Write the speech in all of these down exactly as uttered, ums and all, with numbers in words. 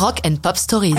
Rock and Pop Stories.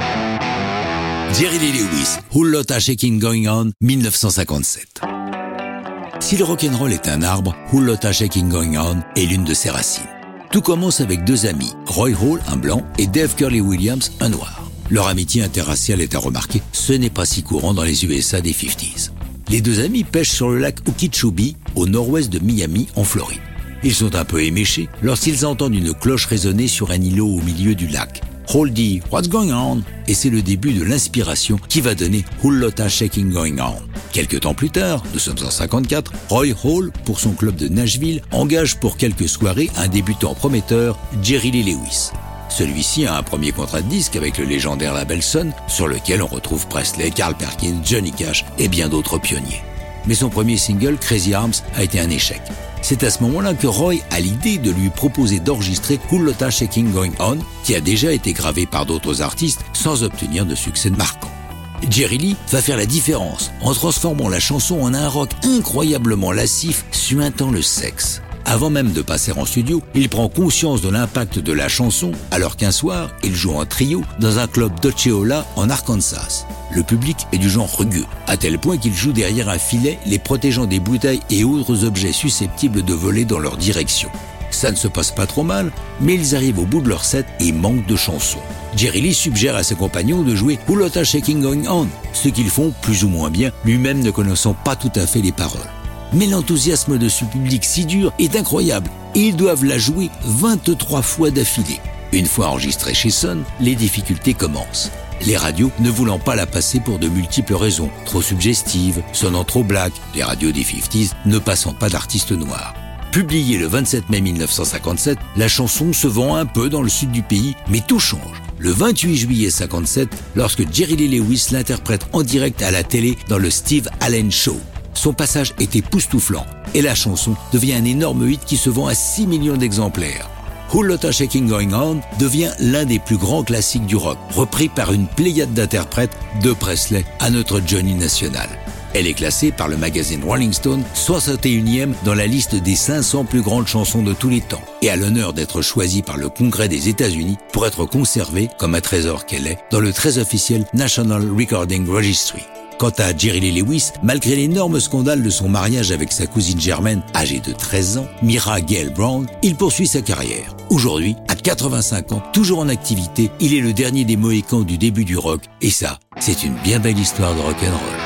Jerry Lee Lewis, Whole Lotta Shaking Going On, dix-neuf cent cinquante-sept. Si le rock'n'roll est un arbre, Whole Lotta Shaking Going On est l'une de ses racines. Tout commence avec deux amis, Roy Hall, un blanc, et Dave Curley Williams, un noir. Leur amitié interraciale est à remarquer, ce n'est pas si courant dans les U S A des cinquantaines. Les deux amis pêchent sur le lac Okeechobee, au nord-ouest de Miami, en Floride. Ils sont un peu éméchés lorsqu'ils entendent une cloche résonner sur un îlot au milieu du lac. Hall dit « What's going on ?» et c'est le début de l'inspiration qui va donner Whole Lotta Shaking Going On. Quelques temps plus tard, nous sommes en cinquante-quatre, Roy Hall, pour son club de Nashville, engage pour quelques soirées un débutant prometteur, Jerry Lee Lewis. Celui-ci a un premier contrat de disque avec le légendaire label Sun, sur lequel on retrouve Presley, Carl Perkins, Johnny Cash et bien d'autres pionniers. Mais son premier single, Crazy Arms, a été un échec. C'est à ce moment-là que Roy a l'idée de lui proposer d'enregistrer Whole Lotta Shaking Going On, qui a déjà été gravé par d'autres artistes sans obtenir de succès marquant. Jerry Lee va faire la différence en transformant la chanson en un rock incroyablement lascif, suintant le sexe. Avant même de passer en studio, il prend conscience de l'impact de la chanson alors qu'un soir, il joue en trio dans un club d'Oceola en Arkansas. Le public est du genre rugueux, à tel point qu'il joue derrière un filet les protégeant des bouteilles et autres objets susceptibles de voler dans leur direction. Ça ne se passe pas trop mal, mais ils arrivent au bout de leur set et manquent de chansons. Jerry Lee suggère à ses compagnons de jouer Whole Lotta Shaking Going On, ce qu'ils font plus ou moins bien, lui-même ne connaissant pas tout à fait les paroles. Mais l'enthousiasme de ce public si dur est incroyable et ils doivent la jouer vingt-trois fois d'affilée. Une fois enregistrée chez Sun, les difficultés commencent. Les radios ne voulant pas la passer pour de multiples raisons, trop suggestive, sonnant trop black, les radios des cinquantaines ne passant pas d'artistes noirs. Publiée le vingt-sept mai mille neuf cent cinquante-sept, la chanson se vend un peu dans le sud du pays, mais tout change. Le vingt-huit juillet cinquante-sept, lorsque Jerry Lee Lewis l'interprète en direct à la télé dans le Steve Allen Show. Son passage est époustouflant et la chanson devient un énorme hit qui se vend à six millions d'exemplaires. Whole Lotta Shaking Going On devient l'un des plus grands classiques du rock, repris par une pléiade d'interprètes de Presley à notre Johnny national. Elle est classée par le magazine Rolling Stone soixante et unième dans la liste des cinq cents plus grandes chansons de tous les temps et a l'honneur d'être choisie par le Congrès des États-Unis pour être conservée, comme un trésor qu'elle est, dans le très officiel National Recording Registry. Quant à Jerry Lee Lewis, malgré l'énorme scandale de son mariage avec sa cousine germaine, âgée de treize ans, Myra Gale Brown, il poursuit sa carrière. Aujourd'hui, à quatre-vingt-cinq ans, toujours en activité, il est le dernier des Mohicans du début du rock. Et ça, c'est une bien belle histoire de rock'n'roll.